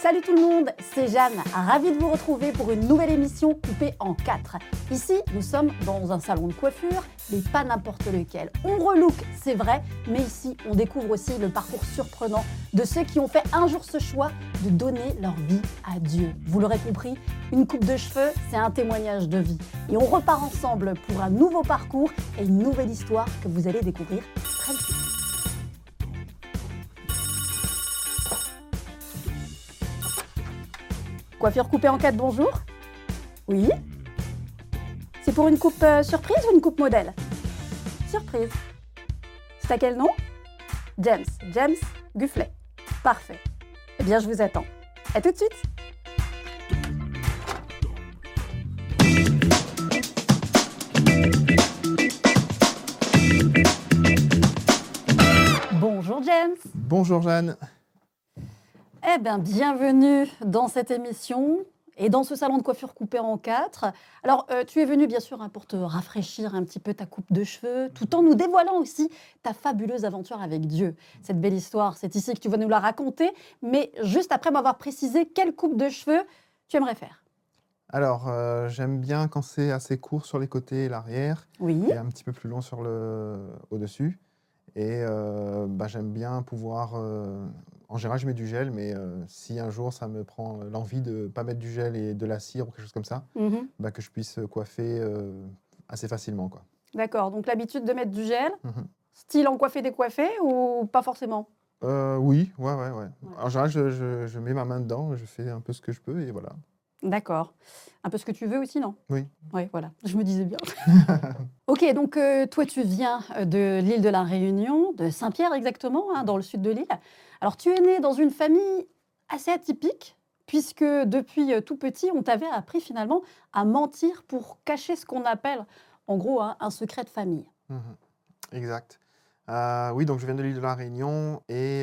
Salut tout le monde, c'est Jeanne, ravie de vous retrouver pour une nouvelle émission coupée en 4. Ici, nous sommes dans un salon de coiffure, mais pas n'importe lequel. On relook, c'est vrai, mais ici, on découvre aussi le parcours surprenant de ceux qui ont fait un jour ce choix de donner leur vie à Dieu. Vous l'aurez compris, une coupe de cheveux, c'est un témoignage de vie. Et on repart ensemble pour un nouveau parcours et une nouvelle histoire que vous allez découvrir très vite. Coiffure coupée en 4, bonjour. Oui. C'est pour une coupe surprise ou une coupe modèle? Surprise. C'est à quel nom? James Gufflet. Parfait. Eh bien, je vous attends. À tout de suite. Bonjour James. Bonjour Jeanne. Eh bien, bienvenue dans cette émission et dans ce salon de coiffure coupé en 4. Alors, tu es venu bien sûr pour te rafraîchir un petit peu ta coupe de cheveux, tout en nous dévoilant aussi ta fabuleuse aventure avec Dieu. Cette belle histoire, c'est ici que tu vas nous la raconter, mais juste après m'avoir précisé quelle coupe de cheveux tu aimerais faire. Alors, j'aime bien quand c'est assez court sur les côtés et l'arrière, Oui. et un petit peu plus long sur au-dessus. Et j'aime bien pouvoir... en général, je mets du gel, mais si un jour ça me prend l'envie de ne pas mettre du gel et de la cire ou quelque chose comme ça, que je puisse coiffer assez facilement, quoi. D'accord, donc l'habitude de mettre du gel, Mhm. style en coiffé décoiffé ou pas forcément? Oui, ouais. En général, je mets ma main dedans, je fais un peu ce que je peux et voilà. D'accord. Un peu ce que tu veux aussi, non? Oui. Oui, voilà, je me disais bien. Ok, donc toi, tu viens de l'île de la Réunion, de Saint-Pierre exactement, hein, dans le sud de l'île. Alors, tu es né dans une famille assez atypique, puisque depuis tout petit, on t'avait appris finalement à mentir pour cacher ce qu'on appelle, en gros, hein, un secret de famille. Mhm. Exact. Oui, donc je viens de l'île de la Réunion et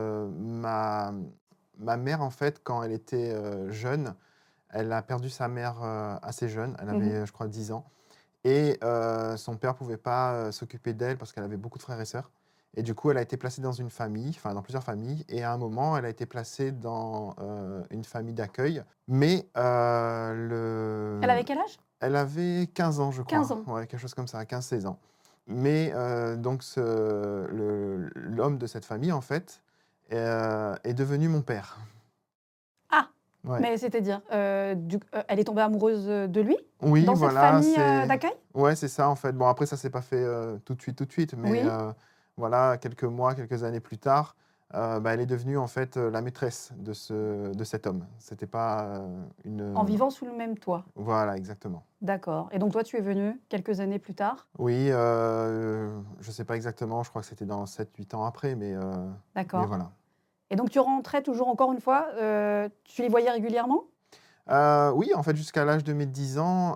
ma mère, en fait, quand elle était jeune, elle a perdu sa mère assez jeune. Elle avait, je crois, 10 ans. Et son père ne pouvait pas s'occuper d'elle parce qu'elle avait beaucoup de frères et sœurs. Et du coup, elle a été placée dans une famille, enfin dans plusieurs familles. Et à un moment, elle a été placée dans une famille d'accueil. Mais Elle avait quel âge? elle avait 15 ans, je crois. 15 ans. Ouais, quelque chose comme ça, 15-16 ans. Mais donc, l'homme de cette famille, en fait, est devenu mon père. Ah, Ouais. mais c'est-à-dire, elle est tombée amoureuse de lui Oui, dans cette voilà, famille d'accueil? ouais, c'est ça, en fait. Bon, après, ça s'est pas fait tout de suite, mais Oui. voilà, quelques mois, quelques années plus tard, elle est devenue, en fait, la maîtresse de cet homme. C'était pas une... En vivant sous le même toit. Voilà, exactement. D'accord. Et donc toi, tu es venu quelques années plus tard? Oui, je sais pas exactement, je crois que c'était dans 7-8 ans après, mais D'accord. voilà. Et donc tu rentrais toujours encore une fois, tu les voyais régulièrement? Oui, en fait, jusqu'à l'âge de mes 10 ans,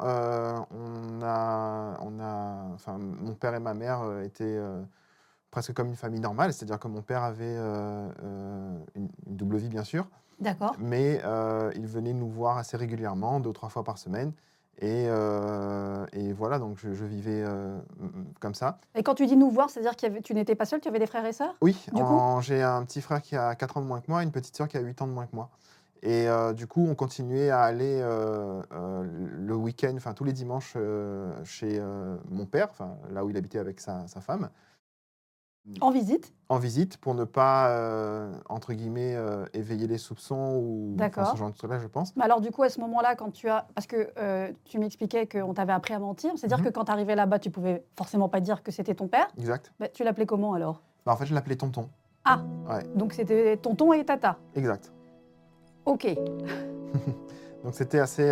enfin, mon père et ma mère étaient presque comme une famille normale, c'est-à-dire que mon père avait une double vie, bien sûr, D'accord. mais il venait nous voir assez régulièrement, 2 ou 3 fois par semaine. Et voilà, donc je vivais comme ça. Et quand tu dis nous voir, c'est-à-dire tu n'étais pas seul, tu avais des frères et sœurs? Oui, Du coup? j'ai un petit frère qui a 4 ans de moins que moi, une petite sœur qui a 8 ans de moins que moi. Et du coup, on continuait à aller le week-end, enfin tous les dimanches, chez mon père, enfin là où il habitait avec sa femme, En visite? en visite pour ne pas, entre guillemets, éveiller les soupçons ou enfin, ce D'accord. genre de trucs-là, je pense. Mais alors du coup, à ce moment-là, quand tu as... Parce que tu m'expliquais qu'on t'avait appris à mentir, c'est-à-dire que quand tu arrivais là-bas, tu pouvais forcément pas dire que c'était ton père. Exact. Bah, tu l'appelais comment alors? En fait, je l'appelais tonton. Ah, Ouais, donc c'était tonton et tata. exact. Ok. Donc c'était assez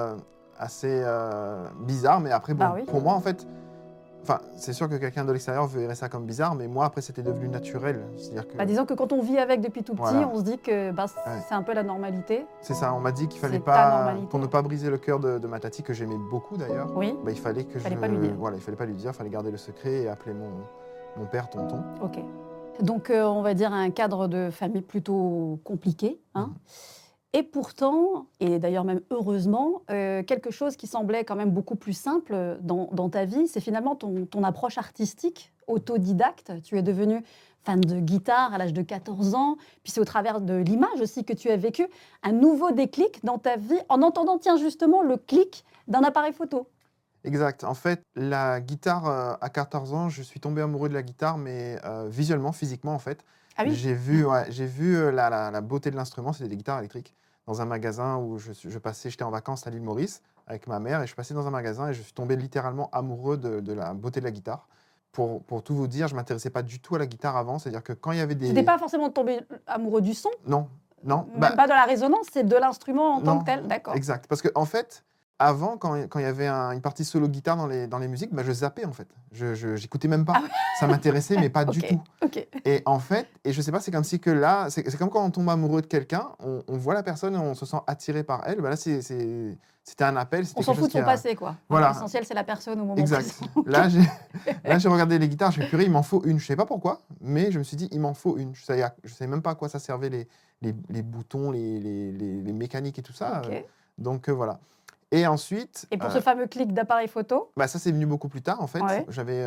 bizarre, mais après, bon, Bah oui. pour moi, en fait, enfin, c'est sûr que quelqu'un de l'extérieur verrait ça comme bizarre, mais moi, après, c'était devenu naturel. C'est-à-dire que, Bah, disons que quand on vit avec depuis tout petit, Voilà. on se dit que Ouais. c'est un peu la normalité. c'est ça, on m'a dit qu'il fallait C'est ta pas, normalité. pour ne pas briser le cœur de ma tati, que j'aimais beaucoup d'ailleurs, Oui. il fallait que Fallait pas lui dire. Voilà, il fallait pas lui dire, il fallait garder le secret et appeler mon père tonton. Ok. Donc, on va dire un cadre de famille plutôt compliqué, hein. Et pourtant, et d'ailleurs même heureusement, quelque chose qui semblait quand même beaucoup plus simple dans ta vie, c'est finalement ton approche artistique, autodidacte. Tu es devenu fan de guitare à l'âge de 14 ans. Puis c'est au travers de l'image aussi que tu as vécu un nouveau déclic dans ta vie en entendant, tiens, justement, le clic d'un appareil photo. Exact. En fait, la guitare, à 14 ans, je suis tombé amoureux de la guitare, mais visuellement, physiquement, en fait. Ah oui? J'ai vu la beauté de l'instrument, c'était des guitares électriques, dans un magasin où j'étais en vacances à l'île Maurice avec ma mère, et je passais dans un magasin et je suis tombé littéralement amoureux de la beauté de la guitare. Pour tout vous dire, je ne m'intéressais pas du tout à la guitare avant, c'est-à-dire que quand il y avait Tu n'étais des... pas forcément tombé amoureux du son, Non, non, même pas de la résonance, c'est de l'instrument en tant non, que tel. D'accord. exact. Parce qu'en fait, avant, quand il y avait une partie solo guitare dans les musiques, bah, je zappais en fait. J'écoutais même pas. Ah ouais. Ça m'intéressait, mais pas du Ok, tout. ok. Et en fait, et je sais pas, c'est comme si que là, c'est comme quand on tombe amoureux de quelqu'un, on voit la personne et on se sent attiré par elle. Bah là, c'était un appel, c'était On s'en quelque chose fout de son passé, quoi. Voilà. L'essentiel, c'est la personne au moment Exact. présent. Là, j'ai regardé les guitares, j'ai purée, il m'en faut une. Je sais pas pourquoi, mais je me suis dit, il m'en faut une. Je savais même pas à quoi ça servait les boutons, les mécaniques et tout ça. Ok. Donc voilà. Et ensuite, Et pour ce fameux clic d'appareil photo, bah, ça, c'est venu beaucoup plus tard, en fait. Ouais. J'avais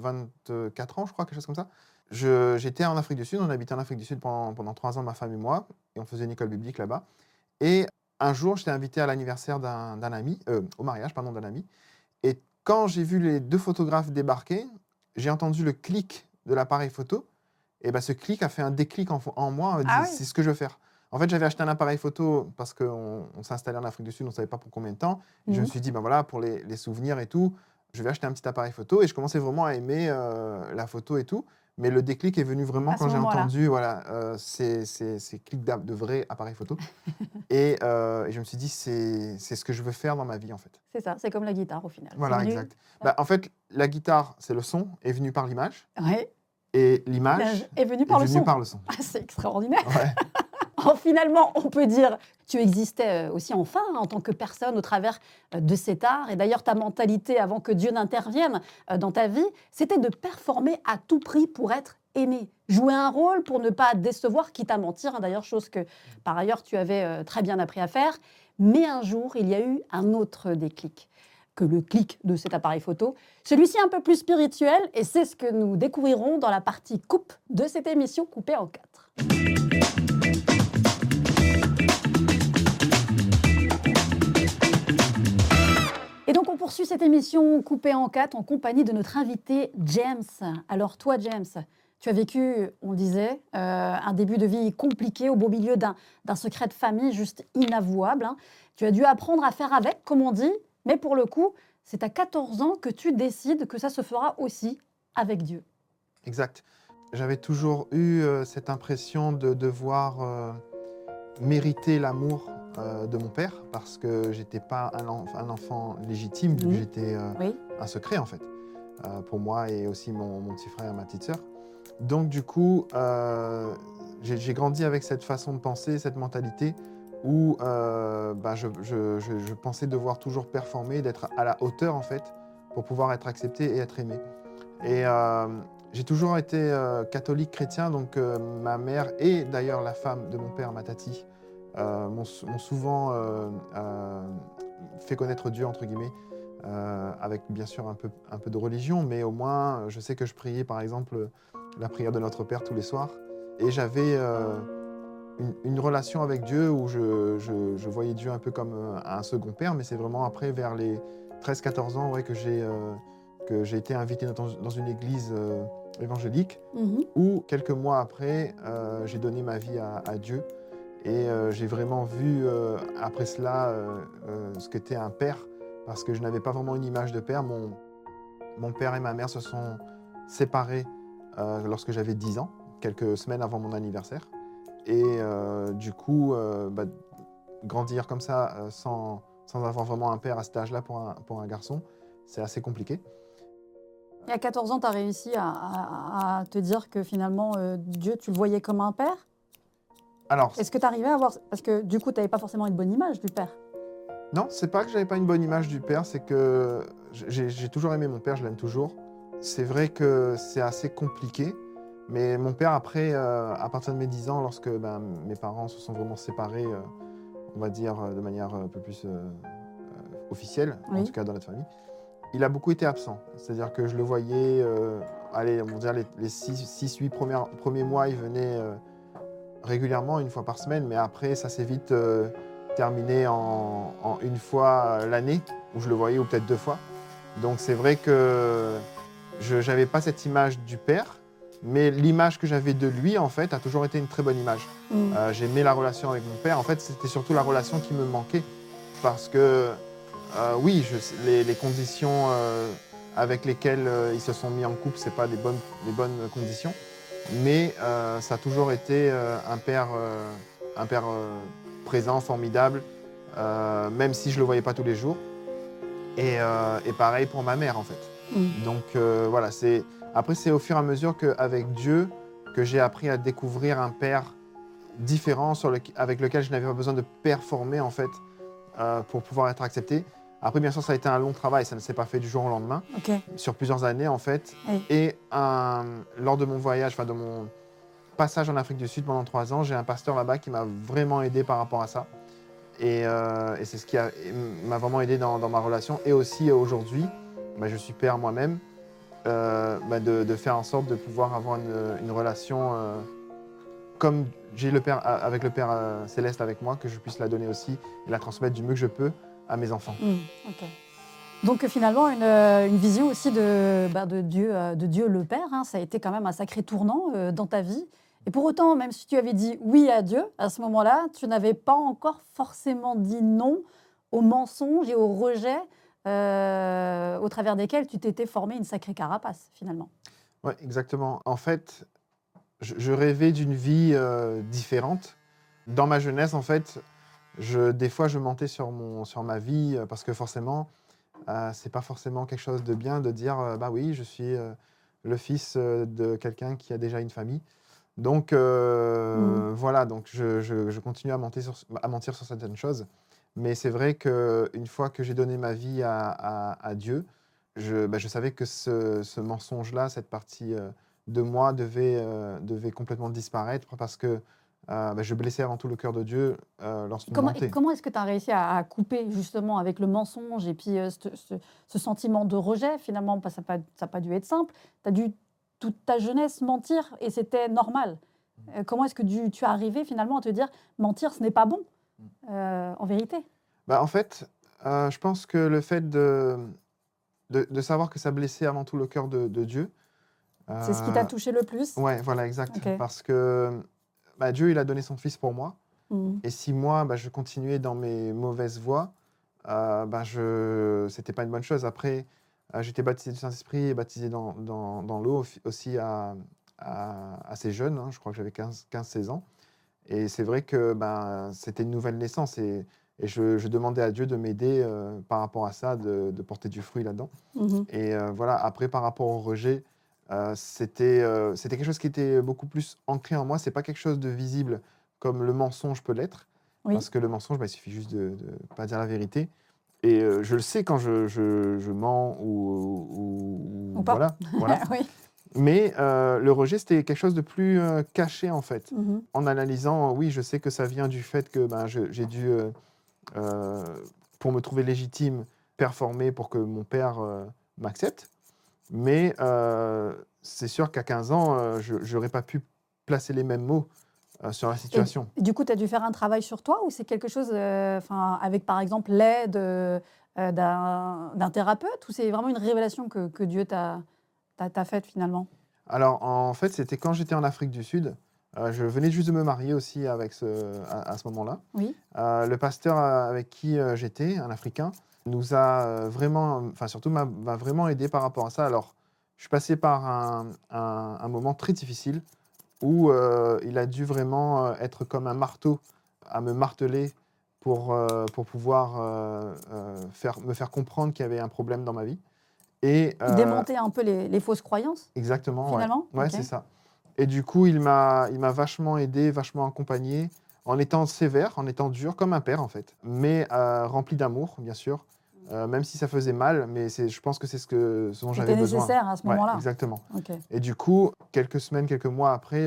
24 ans, je crois, quelque chose comme ça. J'étais en Afrique du Sud, on habitait en Afrique du Sud pendant 3 ans, ma femme et moi, et on faisait une école biblique là-bas. Et un jour, j'étais invité à l'anniversaire d'un ami, au mariage, pardon, d'un ami. Et quand j'ai vu les 2 photographes débarquer, j'ai entendu le clic de l'appareil photo. Et bah, ce clic a fait un déclic en moi. Ah oui. C'est ce que je veux faire. En fait, j'avais acheté un appareil photo parce qu'on s'est installé en Afrique du Sud, on ne savait pas pour combien de temps. Et je me suis dit, ben voilà, pour les souvenirs et tout, je vais acheter un petit appareil photo. Et je commençais vraiment à aimer la photo et tout. Mais le déclic est venu vraiment À ce quand j'ai moment-là. entendu voilà, ces clics de vrai appareil photo. Et je me suis dit, c'est ce que je veux faire dans ma vie, en fait. C'est ça, c'est comme la guitare au final. Voilà, C'est venu- exact. Bah, en fait, la guitare, c'est le son, est venu par l'image. Ouais, Et l'image est venu par est le venue son. par le son. Ah, c'est extraordinaire. Ouais. Finalement, on peut dire, tu existais aussi enfin en tant que personne au travers de cet art. Et d'ailleurs, ta mentalité, avant que Dieu n'intervienne dans ta vie, c'était de performer à tout prix pour être aimé. Jouer un rôle pour ne pas décevoir, quitte à mentir. D'ailleurs, chose que, par ailleurs, tu avais très bien appris à faire. Mais un jour, il y a eu un autre déclic que le clic de cet appareil photo. Celui-ci un peu plus spirituel, et c'est ce que nous découvrirons dans la partie coupe de cette émission coupée en 4. Et donc, on poursuit cette émission coupée en 4 en compagnie de notre invité James. Alors, toi, James, tu as vécu, on le disait, un début de vie compliqué au beau milieu d'un secret de famille juste inavouable. Hein. Tu as dû apprendre à faire avec, comme on dit, mais pour le coup, c'est à 14 ans que tu décides que ça se fera aussi avec Dieu. Exact. J'avais toujours eu cette impression de devoir mériter l'amour de mon père parce que j'étais pas un enfant légitime, vu que j'étais Oui. un secret en fait, pour moi et aussi mon petit frère et ma petite sœur. Donc du coup, j'ai grandi avec cette façon de penser, cette mentalité où je pensais devoir toujours performer, d'être à la hauteur en fait, pour pouvoir être accepté et être aimé. Et j'ai toujours été catholique chrétien, donc ma mère et d'ailleurs la femme de mon père, ma tati, m'ont souvent fait connaître Dieu, entre guillemets, avec bien sûr un peu de religion, mais au moins je sais que je priais par exemple la prière de Notre Père tous les soirs. Et j'avais une relation avec Dieu où je voyais Dieu un peu comme un second père, mais c'est vraiment après, vers les 13-14 ans, ouais, que j'ai été invité dans une église évangélique, où quelques mois après, j'ai donné ma vie à Dieu. Et j'ai vraiment vu après cela ce qu'était un père, parce que je n'avais pas vraiment une image de père. Mon père et ma mère se sont séparés lorsque j'avais 10 ans, quelques semaines avant mon anniversaire. Et du coup, grandir comme ça sans avoir vraiment un père à cet âge-là pour un garçon, c'est assez compliqué. Et à 14 ans, tu as réussi à te dire que finalement, Dieu, tu le voyais comme un père ? Alors, est-ce que tu arrivais à voir... Parce que du coup, tu n'avais pas forcément une bonne image du père. Non, c'est pas que j'avais pas une bonne image du père, c'est que j'ai toujours aimé mon père, je l'aime toujours. C'est vrai que c'est assez compliqué, mais mon père, après, à partir de mes 10 ans, lorsque mes parents se sont vraiment séparés, on va dire de manière un peu plus officielle, en tout cas dans notre famille, il a beaucoup été absent. C'est-à-dire que je le voyais allez, on va dire les 6-8 premiers mois, il venait régulièrement, une fois par semaine, mais après, ça s'est vite terminé en une fois l'année, où je le voyais, ou peut-être 2 fois. Donc c'est vrai que je n'avais pas cette image du père, mais l'image que j'avais de lui, en fait, a toujours été une très bonne image. J'aimais la relation avec mon père. En fait, c'était surtout la relation qui me manquait. Parce que, oui, les conditions avec lesquelles ils se sont mis en couple, ce n'est pas les bonnes conditions. Mais ça a toujours été un père présent, formidable, même si je ne le voyais pas tous les jours. Et pareil pour ma mère, en fait. Donc voilà, après c'est au fur et à mesure qu'avec Dieu que j'ai appris à découvrir un père différent avec lequel je n'avais pas besoin de performer, en fait, pour pouvoir être accepté. Après, bien sûr, ça a été un long travail, ça ne s'est pas fait du jour au lendemain, sur plusieurs années, en fait. Oui. Et lors de mon voyage, de mon passage en Afrique du Sud pendant 3 ans, j'ai un pasteur là-bas qui m'a vraiment aidé par rapport à ça. Et c'est ce qui m'a vraiment aidé dans ma relation. Et aussi aujourd'hui, je suis père moi-même, de faire en sorte de pouvoir avoir une relation comme j'ai avec le Père Céleste avec moi, que je puisse la donner aussi et la transmettre du mieux que je peux à mes enfants. Ok. Donc finalement, une vision aussi de Dieu le Père, hein, ça a été quand même un sacré tournant dans ta vie. Et pour autant, même si tu avais dit oui à Dieu, à ce moment-là, tu n'avais pas encore forcément dit non aux mensonges et aux rejets au travers desquels tu t'étais formé une sacrée carapace, finalement. Oui, exactement. En fait, je rêvais d'une vie différente. Dans ma jeunesse, en fait, des fois, je mentais sur ma vie parce que forcément, c'est pas forcément quelque chose de bien de dire bah oui, je suis le fils de quelqu'un qui a déjà une famille. Donc voilà, donc je continue à mentir sur certaines choses. Mais c'est vrai qu'une fois que j'ai donné ma vie à Dieu, je savais que ce mensonge-là, cette partie de moi devait complètement disparaître parce que je blessais avant tout le cœur de Dieu lorsqu'on mentait. Comment est-ce que tu as réussi à couper justement avec le mensonge et puis ce sentiment de rejet finalement? Ça n'a pas dû être simple. Tu as dû toute ta jeunesse mentir et c'était normal. Comment est-ce que tu es arrivé finalement à te dire mentir ce n'est pas bon en vérité? En fait, je pense que le fait de savoir que ça blessait avant tout le cœur de Dieu. C'est ce qui t'a touché le plus? Ouais, voilà, exact. Ok. Parce que Dieu, il a donné son Fils pour moi. Mhm. Et si moi, je continuais dans mes mauvaises voies, c'était pas une bonne chose. Après, j'étais baptisé du Saint-Esprit et baptisé dans l'eau aussi assez jeune. Hein, je crois que j'avais 15-16 ans. Et c'est vrai que c'était une nouvelle naissance. Et je demandais à Dieu de m'aider par rapport à ça, de porter du fruit là-dedans. Mhm. Et voilà, après, par rapport au rejet, c'était quelque chose qui était beaucoup plus ancré en moi. C'est pas quelque chose de visible comme le mensonge peut l'être. Oui. Parce que le mensonge, il suffit juste de ne pas dire la vérité. Et je le sais quand je mens Ou pas. voilà. Oui. Mais le rejet, c'était quelque chose de plus caché, en fait. Mhm. En analysant, oui, je sais que ça vient du fait que j'ai dû, pour me trouver légitime, performer pour que mon père m'accepte. Mais c'est sûr qu'à 15 ans, je n'aurais pas pu placer les mêmes mots sur la situation. Et du coup, tu as dû faire un travail sur toi ou c'est quelque chose avec par exemple l'aide d'un thérapeute ou c'est vraiment une révélation que Dieu t'a faite finalement? Alors, en fait, c'était quand j'étais en Afrique du Sud. Je venais juste de me marier aussi à ce moment-là. Oui. Le pasteur avec qui j'étais, un Africain, nous a vraiment, surtout m'a vraiment aidé par rapport à ça. Alors, je suis passé par un moment très difficile où il a dû vraiment être comme un marteau à me marteler pour pouvoir me faire comprendre qu'il y avait un problème dans ma vie. Et, Démonter un peu les fausses croyances exactement, finalement? ouais, Ok. c'est ça. Et du coup, il m'a vachement aidé, vachement accompagné, en étant sévère, en étant dur, comme un père en fait, mais rempli d'amour, bien sûr, même si ça faisait mal, mais je pense que c'est ce dont j'avais C'était besoin. nécessaire à ce Ouais, moment-là. exactement. Ok. Et du coup, quelques semaines, quelques mois après,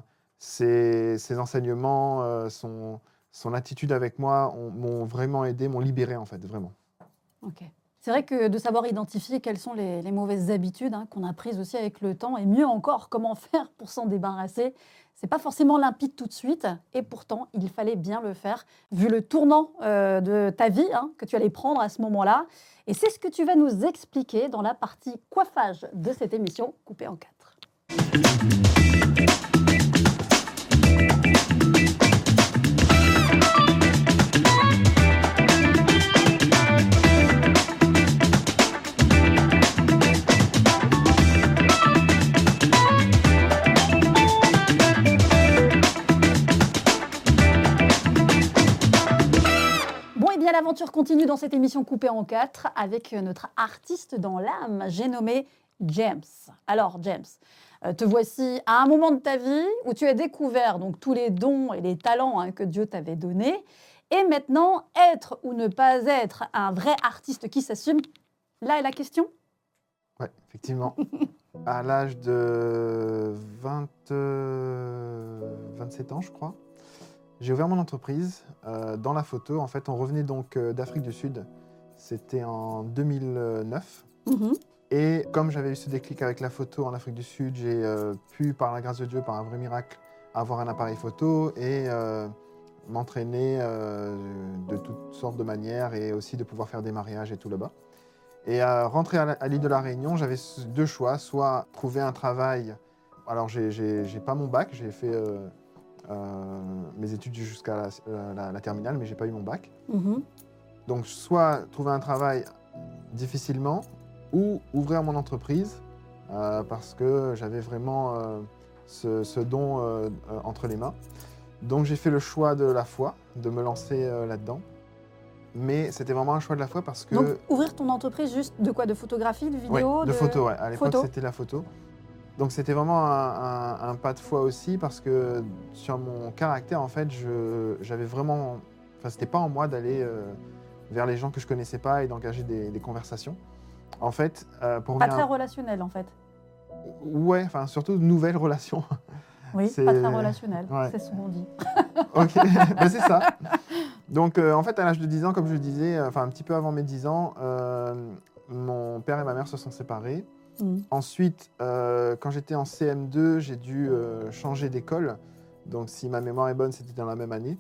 ces enseignements, son attitude avec moi m'ont vraiment aidé, m'ont libéré en fait, vraiment. Ok. C'est vrai que de savoir identifier quelles sont les mauvaises habitudes qu'on a prises aussi avec le temps, et mieux encore, comment faire pour s'en débarrasser, c'est pas forcément limpide tout de suite, et pourtant, il fallait bien le faire, vu le tournant de ta vie que tu allais prendre à ce moment-là. Et c'est ce que tu vas nous expliquer dans la partie coiffage de cette émission, coupée en 4. L'aventure continue dans cette émission coupée en 4 avec notre artiste dans l'âme, j'ai nommé James. Alors James, te voici à un moment de ta vie où tu as découvert donc tous les dons et les talents que Dieu t'avait donnés. Et maintenant, être ou ne pas être un vrai artiste qui s'assume, là est la question. Oui, effectivement. À l'âge de 27 ans, je crois, j'ai ouvert mon entreprise dans la photo. En fait, on revenait donc d'Afrique du Sud. C'était en 2009. Et comme j'avais eu ce déclic avec la photo en Afrique du Sud, j'ai pu, par la grâce de Dieu, par un vrai miracle, avoir un appareil photo et m'entraîner de toutes sortes de manières et aussi de pouvoir faire des mariages et tout là-bas. Et rentrer à l'île de la Réunion, j'avais deux choix. Soit trouver un travail. Alors, j'ai pas mon bac, j'ai fait... mes études jusqu'à la terminale, mais j'ai pas eu mon bac. Donc, soit trouver un travail difficilement ou ouvrir mon entreprise parce que j'avais vraiment ce don entre les mains. Donc, j'ai fait le choix de la foi, de me lancer là-dedans. Mais c'était vraiment un choix de la foi parce que... Donc, ouvrir ton entreprise juste de quoi? De photographie, de vidéo? Oui, de photo, ouais. À l'époque, c'était la photo. Donc c'était vraiment un pas de foi aussi parce que sur mon caractère, en fait, j'avais vraiment... Enfin, c'était pas en moi d'aller vers les gens que je connaissais pas et d'engager des conversations. En fait, pour Pas très relationnel, en fait. Ouais, enfin, surtout de nouvelles relations. Oui, pas très relationnel, ouais. C'est souvent dit. Ok, ben, c'est ça. Donc, en fait, à l'âge de 10 ans, comme je le disais, enfin, un petit peu avant mes 10 ans, mon père et ma mère se sont séparés. Ensuite, quand j'étais en CM2, j'ai dû changer d'école. Donc, si ma mémoire est bonne, c'était dans la même année.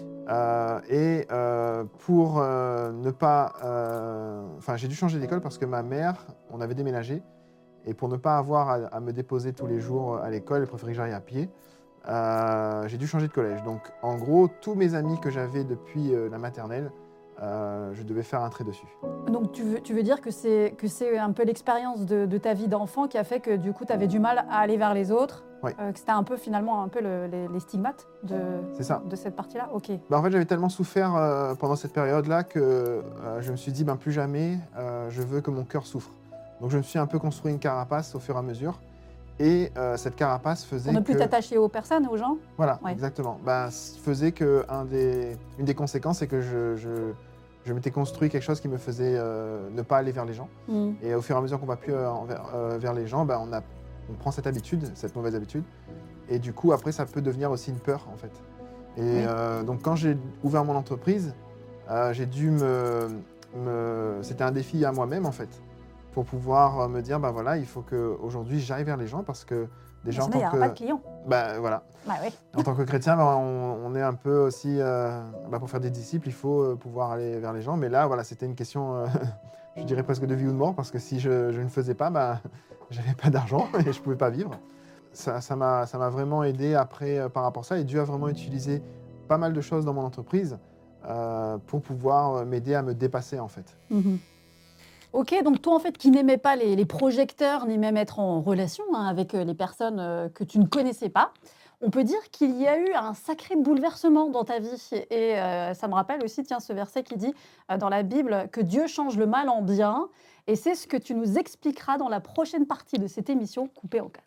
Pour ne pas... Enfin, j'ai dû changer d'école parce que ma mère, on avait déménagé. Et pour ne pas avoir à me déposer tous les jours à l'école, elle préférait que j'aille à pied. J'ai dû changer de collège. Donc, en gros, tous mes amis que j'avais depuis la maternelle, je devais faire un trait dessus. Donc tu veux dire que c'est un peu l'expérience de ta vie d'enfant qui a fait que du coup tu avais du mal à aller vers les autres, oui. Que c'était un peu finalement les stigmates de cette partie-là. Ok. En fait, j'avais tellement souffert pendant cette période-là que je me suis dit plus jamais je veux que mon cœur souffre. Donc je me suis un peu construit une carapace au fur et à mesure. Et cette carapace faisait pour ne plus t'attacher aux personnes, aux gens. Voilà, ouais. Exactement. Faisait que une des conséquences, c'est que je m'étais construit quelque chose qui me faisait ne pas aller vers les gens. Et au fur et à mesure qu'on va plus vers les gens, on prend cette habitude, cette mauvaise habitude. Et du coup, après, ça peut devenir aussi une peur, en fait. Et donc, quand j'ai ouvert mon entreprise, j'ai dû C'était un défi à moi-même, en fait, pour pouvoir me dire, voilà, il faut qu'aujourd'hui, j'aille vers les gens parce que déjà en tant que... il n'y aura pas de clients. Voilà. Oui. En tant que chrétien, on est un peu aussi... pour faire des disciples, il faut pouvoir aller vers les gens. Mais là, voilà, c'était une question, je dirais presque de vie ou de mort, parce que si je ne faisais pas, j'avais pas d'argent et je pouvais pas vivre. Ça m'a vraiment aidé après par rapport à ça. Et Dieu a vraiment utilisé pas mal de choses dans mon entreprise pour pouvoir m'aider à me dépasser, en fait. Ok, donc toi, en fait, qui n'aimais pas les projecteurs, ni même être en relation avec les personnes que tu ne connaissais pas, on peut dire qu'il y a eu un sacré bouleversement dans ta vie. Et ça me rappelle aussi, ce verset qui dit dans la Bible que Dieu change le mal en bien. Et c'est ce que tu nous expliqueras dans la prochaine partie de cette émission coupée en 4.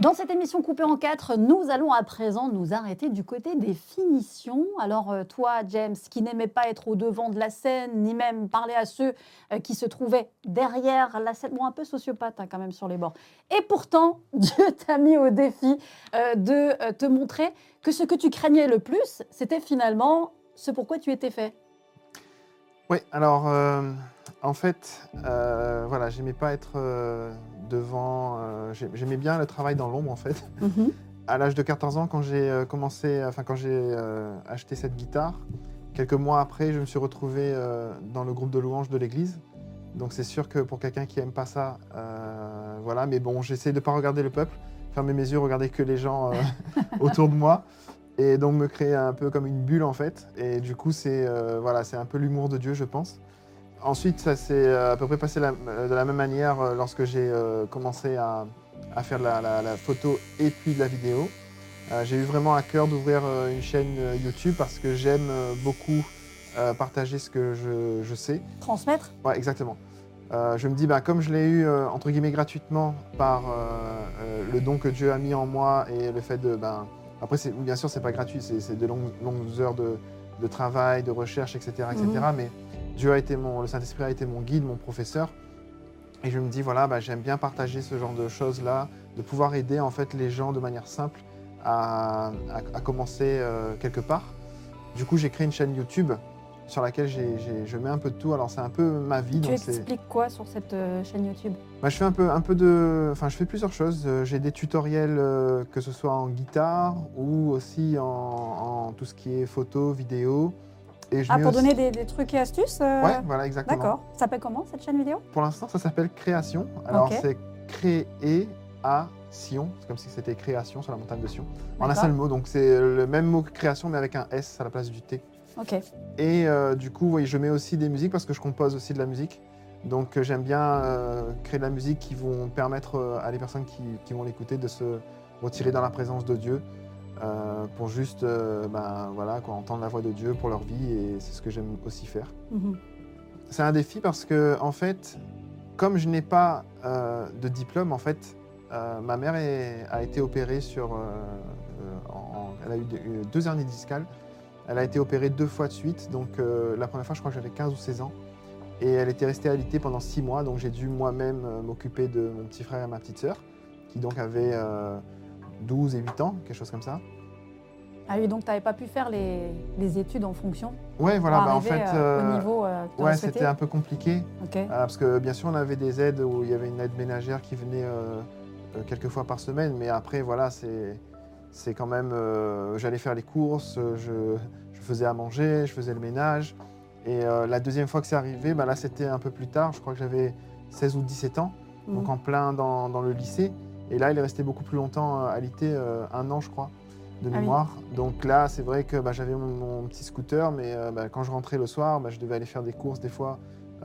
Dans cette émission coupée en quatre, nous allons à présent nous arrêter du côté des finitions. Alors toi, James, qui n'aimais pas être au devant de la scène, ni même parler à ceux qui se trouvaient derrière la scène, bon, un peu sociopathe quand même sur les bords. Et pourtant, Dieu t'a mis au défi de te montrer que ce que tu craignais le plus, c'était finalement ce pourquoi tu étais fait. Oui, alors en fait, voilà, j'aimais pas être devant. J'aimais bien le travail dans l'ombre en fait. À l'âge de 14 ans, quand j'ai acheté cette guitare, quelques mois après, je me suis retrouvé dans le groupe de louanges de l'église. Donc c'est sûr que pour quelqu'un qui aime pas ça, voilà. Mais bon, j'essaie de pas regarder le peuple, fermer mes yeux, regarder que les gens autour de moi. Et donc me créer un peu comme une bulle en fait. Et du coup, voilà, c'est un peu l'humour de Dieu, je pense. Ensuite, ça s'est à peu près passé de la même manière lorsque j'ai commencé à faire la photo et puis de la vidéo. J'ai eu vraiment à cœur d'ouvrir une chaîne YouTube parce que j'aime beaucoup partager ce que je sais. Transmettre ? Ouais, exactement. Je me dis, comme je l'ai eu entre guillemets gratuitement par le don que Dieu a mis en moi et le fait de... après, bien sûr, c'est pas gratuit, c'est de longues heures de travail, de recherche, etc. Mais Dieu le Saint-Esprit a été mon guide, mon professeur. Et je me dis, voilà, j'aime bien partager ce genre de choses-là, de pouvoir aider en fait les gens de manière simple à commencer quelque part. Du coup, j'ai créé une chaîne YouTube sur laquelle je mets un peu de tout. Alors, c'est un peu ma vie. Tu expliques quoi sur cette chaîne YouTube ? Je fais un peu de... Enfin, je fais plusieurs choses. J'ai des tutoriels, que ce soit en guitare ou aussi en tout ce qui est photo, vidéo. Et pour donner des trucs et astuces Ouais, voilà, exactement. D'accord. Ça s'appelle comment, cette chaîne vidéo ? Pour l'instant, ça s'appelle Création. Alors, c'est Création. C'est comme si c'était création sur la montagne de Sion. En un seul mot. Donc, c'est le même mot que création, mais avec un S à la place du T. Ok. Et du coup, oui, je mets aussi des musiques parce que je compose aussi de la musique. Donc j'aime bien créer de la musique qui vont permettre à les personnes qui vont l'écouter de se retirer dans la présence de Dieu pour juste voilà, entendre la voix de Dieu pour leur vie, et c'est ce que j'aime aussi faire. C'est un défi parce que en fait, comme je n'ai pas de diplôme, en fait, ma mère a été opérée elle a eu 2 hernies discales. Elle a été opérée 2 fois de suite, donc la première fois je crois que j'avais 15 ou 16 ans. Et elle était restée alitée pendant 6 mois, donc j'ai dû moi-même m'occuper de mon petit frère et ma petite sœur, qui donc avaient 12 et 8 ans, quelque chose comme ça. Ah oui, donc tu n'avais pas pu faire les études en fonction ? Ouais, voilà, en fait, au niveau ouais, c'était un peu compliqué, okay. Parce que bien sûr on avait des aides où il y avait une aide ménagère qui venait quelques fois par semaine, mais après voilà, c'est quand même, j'allais faire les courses, je faisais à manger, je faisais le ménage. Et la deuxième fois que c'est arrivé, là c'était un peu plus tard, je crois que j'avais 16 ou 17 ans, donc en plein dans le lycée. Et là il est resté beaucoup plus longtemps alité, 1 an je crois, de mémoire. Oui. Donc là c'est vrai que j'avais mon petit scooter, mais quand je rentrais le soir, je devais aller faire des courses des fois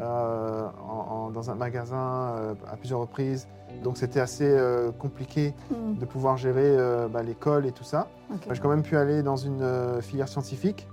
dans un magasin à plusieurs reprises. Donc c'était assez compliqué de pouvoir gérer l'école et tout ça. Okay. J'ai quand même pu aller dans une filière scientifique.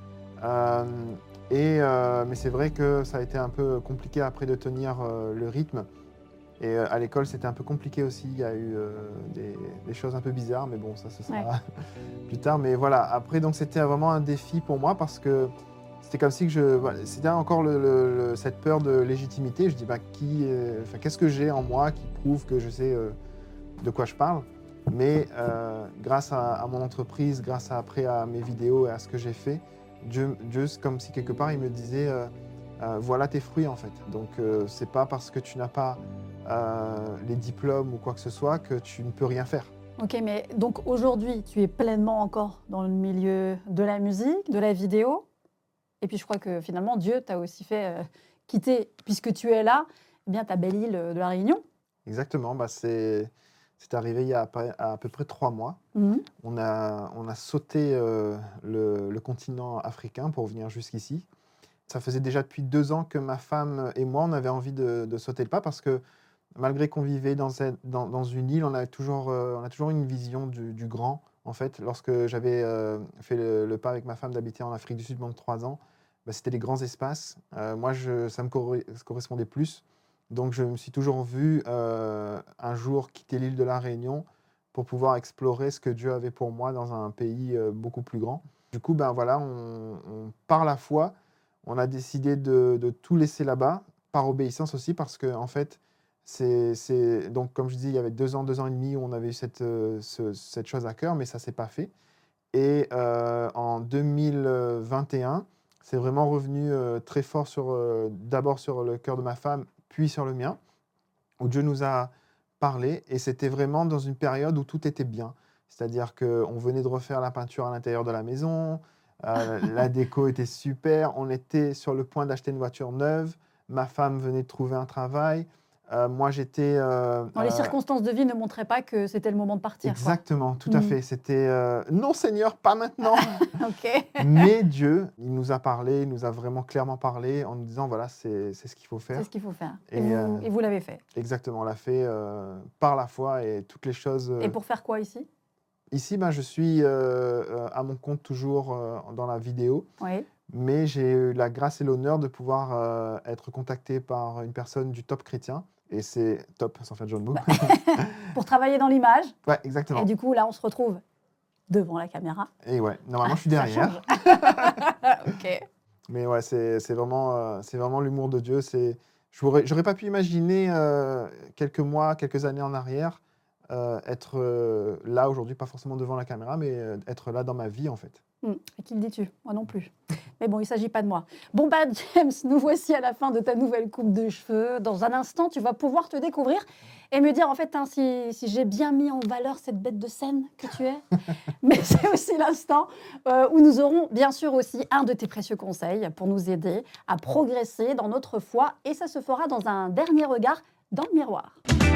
Mais c'est vrai que ça a été un peu compliqué après de tenir le rythme. Et à l'école, c'était un peu compliqué aussi. Il y a eu des choses un peu bizarres, mais bon, ça ce sera plus tard. Mais voilà, après, donc c'était vraiment un défi pour moi parce que c'était comme si c'était encore cette peur de légitimité. Je dis, qu'est-ce que j'ai en moi qui prouve que je sais de quoi je parle ? Mais grâce à mon entreprise, grâce après à mes vidéos et à ce que j'ai fait, Dieu, comme si quelque part, il me disait voilà tes fruits en fait. Donc c'est pas parce que tu n'as pas les diplômes ou quoi que ce soit que tu ne peux rien faire. Ok, mais donc aujourd'hui, tu es pleinement encore dans le milieu de la musique, de la vidéo. Et puis je crois que finalement, Dieu t'a aussi fait quitter, puisque tu es là, ta belle île de la Réunion. Exactement, c'est arrivé il y a à peu près 3 mois. On a sauté le continent africain pour venir jusqu'ici. Ça faisait déjà depuis 2 ans que ma femme et moi, on avait envie de sauter le pas parce que malgré qu'on vivait dans une île, on a toujours une vision du grand. En fait, lorsque j'avais fait le pas avec ma femme d'habiter en Afrique du Sud pendant 3 ans, c'était les grands espaces. Moi, ça me correspondait plus. Donc, je me suis toujours vu un jour quitter l'île de la Réunion pour pouvoir explorer ce que Dieu avait pour moi dans un pays beaucoup plus grand. Du coup, ben voilà, par la foi, on a décidé de tout laisser là-bas, par obéissance aussi, parce que en fait, donc comme je dis, il y avait 2 ans et demi où on avait eu cette chose à cœur, mais ça s'est pas fait. Et en 2021, c'est vraiment revenu très fort d'abord sur le cœur de ma femme, puis sur le mien, où Dieu nous a parlé, et c'était vraiment dans une période où tout était bien. C'est-à-dire qu'on venait de refaire la peinture à l'intérieur de la maison, la déco était super, on était sur le point d'acheter une voiture neuve, ma femme venait de trouver un travail, moi j'étais... Les circonstances de vie ne montraient pas que c'était le moment de partir. Exactement, tout à fait. C'était non Seigneur, pas maintenant. Ok. Mais Dieu, il nous a parlé, il nous a vraiment clairement parlé en nous disant voilà, c'est ce qu'il faut faire. C'est ce qu'il faut faire. Et vous l'avez fait. Exactement, on l'a fait par la foi et toutes les choses. Et pour faire quoi ici ? Ici, ben, je suis à mon compte toujours dans la vidéo. Oui. Mais j'ai eu la grâce et l'honneur de pouvoir être contacté par une personne du Top Chrétien. Et c'est top, sans faire de jeu de mots. Pour travailler dans l'image. Ouais, exactement. Et du coup, là, on se retrouve devant la caméra. Et ouais, normalement, je suis derrière. Ok. Mais ouais, c'est vraiment l'humour de Dieu. J'aurais pas pu imaginer quelques mois, quelques années en arrière être là aujourd'hui, pas forcément devant la caméra, mais être là dans ma vie en fait. Et qui le dis-tu ? Moi non plus. Mais bon, il ne s'agit pas de moi. Bon, bah, James, nous voici à la fin de ta nouvelle coupe de cheveux. Dans un instant, tu vas pouvoir te découvrir et me dire, en fait, si j'ai bien mis en valeur cette bête de scène que tu es. Mais c'est aussi l'instant où nous aurons, bien sûr, aussi un de tes précieux conseils pour nous aider à progresser dans notre foi. Et ça se fera dans un dernier regard dans le miroir.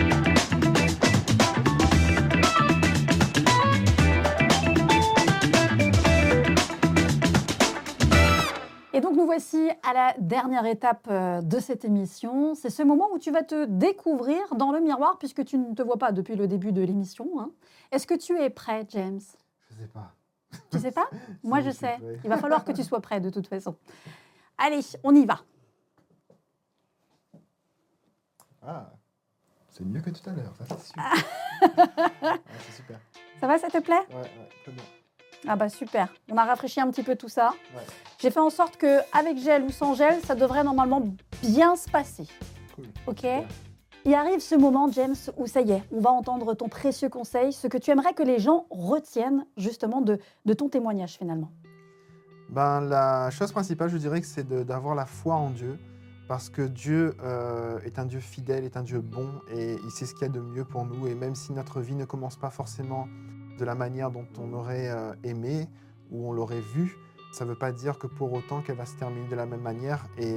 Et donc, nous voici à la dernière étape de cette émission. C'est ce moment où tu vas te découvrir dans le miroir, puisque tu ne te vois pas depuis le début de l'émission. Hein. Est-ce que tu es prêt, James ? Je ne sais pas. Tu ne sais pas ? Moi, je sais. Prêt. Il va falloir que tu sois prêt, de toute façon. Allez, on y va. Ah, c'est mieux que tout à l'heure, ça c'est sûr. C'est super. Ça va, ça te plaît ? Ouais, très bien. Ah bah super, on a rafraîchi un petit peu tout ça. Ouais. J'ai fait en sorte qu'avec gel ou sans gel, ça devrait normalement bien se passer. Cool. Ok ? Super. Il arrive ce moment, James, où ça y est, on va entendre ton précieux conseil, ce que tu aimerais que les gens retiennent justement de ton témoignage finalement. Ben, la chose principale, je dirais que c'est d'avoir la foi en Dieu, parce que Dieu est un Dieu fidèle, est un Dieu bon, et il sait ce qu'il y a de mieux pour nous. Et même si notre vie ne commence pas forcément de la manière dont on aurait aimé ou on l'aurait vu, ça ne veut pas dire que pour autant qu'elle va se terminer de la même manière. Et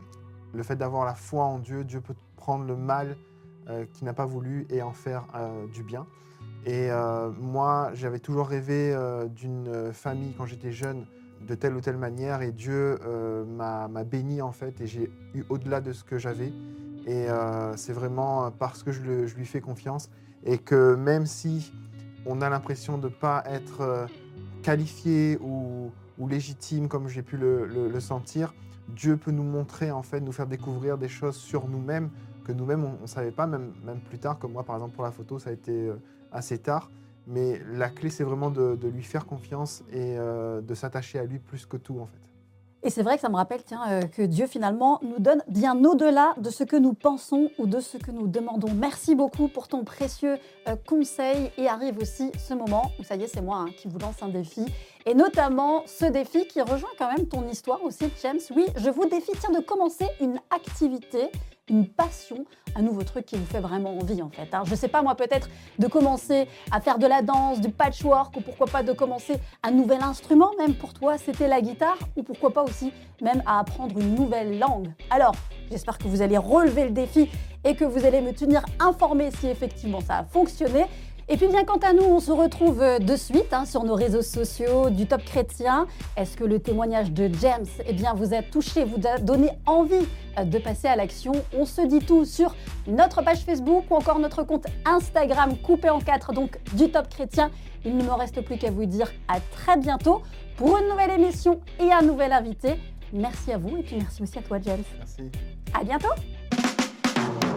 le fait d'avoir la foi en Dieu, Dieu peut prendre le mal qu'il n'a pas voulu et en faire du bien. Et moi, j'avais toujours rêvé d'une famille quand j'étais jeune, de telle ou telle manière, et Dieu m'a béni en fait, et j'ai eu au-delà de ce que j'avais. Et c'est vraiment parce que je lui fais confiance, et que même si on a l'impression de ne pas être qualifié ou légitime comme j'ai pu le sentir, Dieu peut nous montrer, en fait, nous faire découvrir des choses sur nous-mêmes que nous-mêmes on ne savait pas, même plus tard, comme moi par exemple pour la photo, ça a été assez tard. Mais la clé, c'est vraiment de lui faire confiance et de s'attacher à lui plus que tout, en fait. Et c'est vrai que ça me rappelle que Dieu, finalement, nous donne bien au-delà de ce que nous pensons ou de ce que nous demandons. Merci beaucoup pour ton précieux conseil. Et arrive aussi ce moment où, ça y est, c'est moi qui vous lance un défi. Et notamment ce défi qui rejoint quand même ton histoire aussi, James. Oui, je vous défie de commencer une activité, une passion, un nouveau truc qui vous fait vraiment envie en fait. Je ne sais pas moi, peut-être de commencer à faire de la danse, du patchwork, ou pourquoi pas de commencer un nouvel instrument, même pour toi c'était la guitare, ou pourquoi pas aussi même à apprendre une nouvelle langue. Alors, j'espère que vous allez relever le défi et que vous allez me tenir informé si effectivement ça a fonctionné. Et puis bien quant à nous, on se retrouve de suite sur nos réseaux sociaux du Top Chrétien. Est-ce que le témoignage de James vous a touché, vous a donné envie de passer à l'action? On se dit tout sur notre page Facebook ou encore notre compte Instagram coupé en 4, donc du Top Chrétien. Il ne me reste plus qu'à vous dire à très bientôt pour une nouvelle émission et un nouvel invité. Merci à vous et puis merci aussi à toi, James. Merci. À bientôt.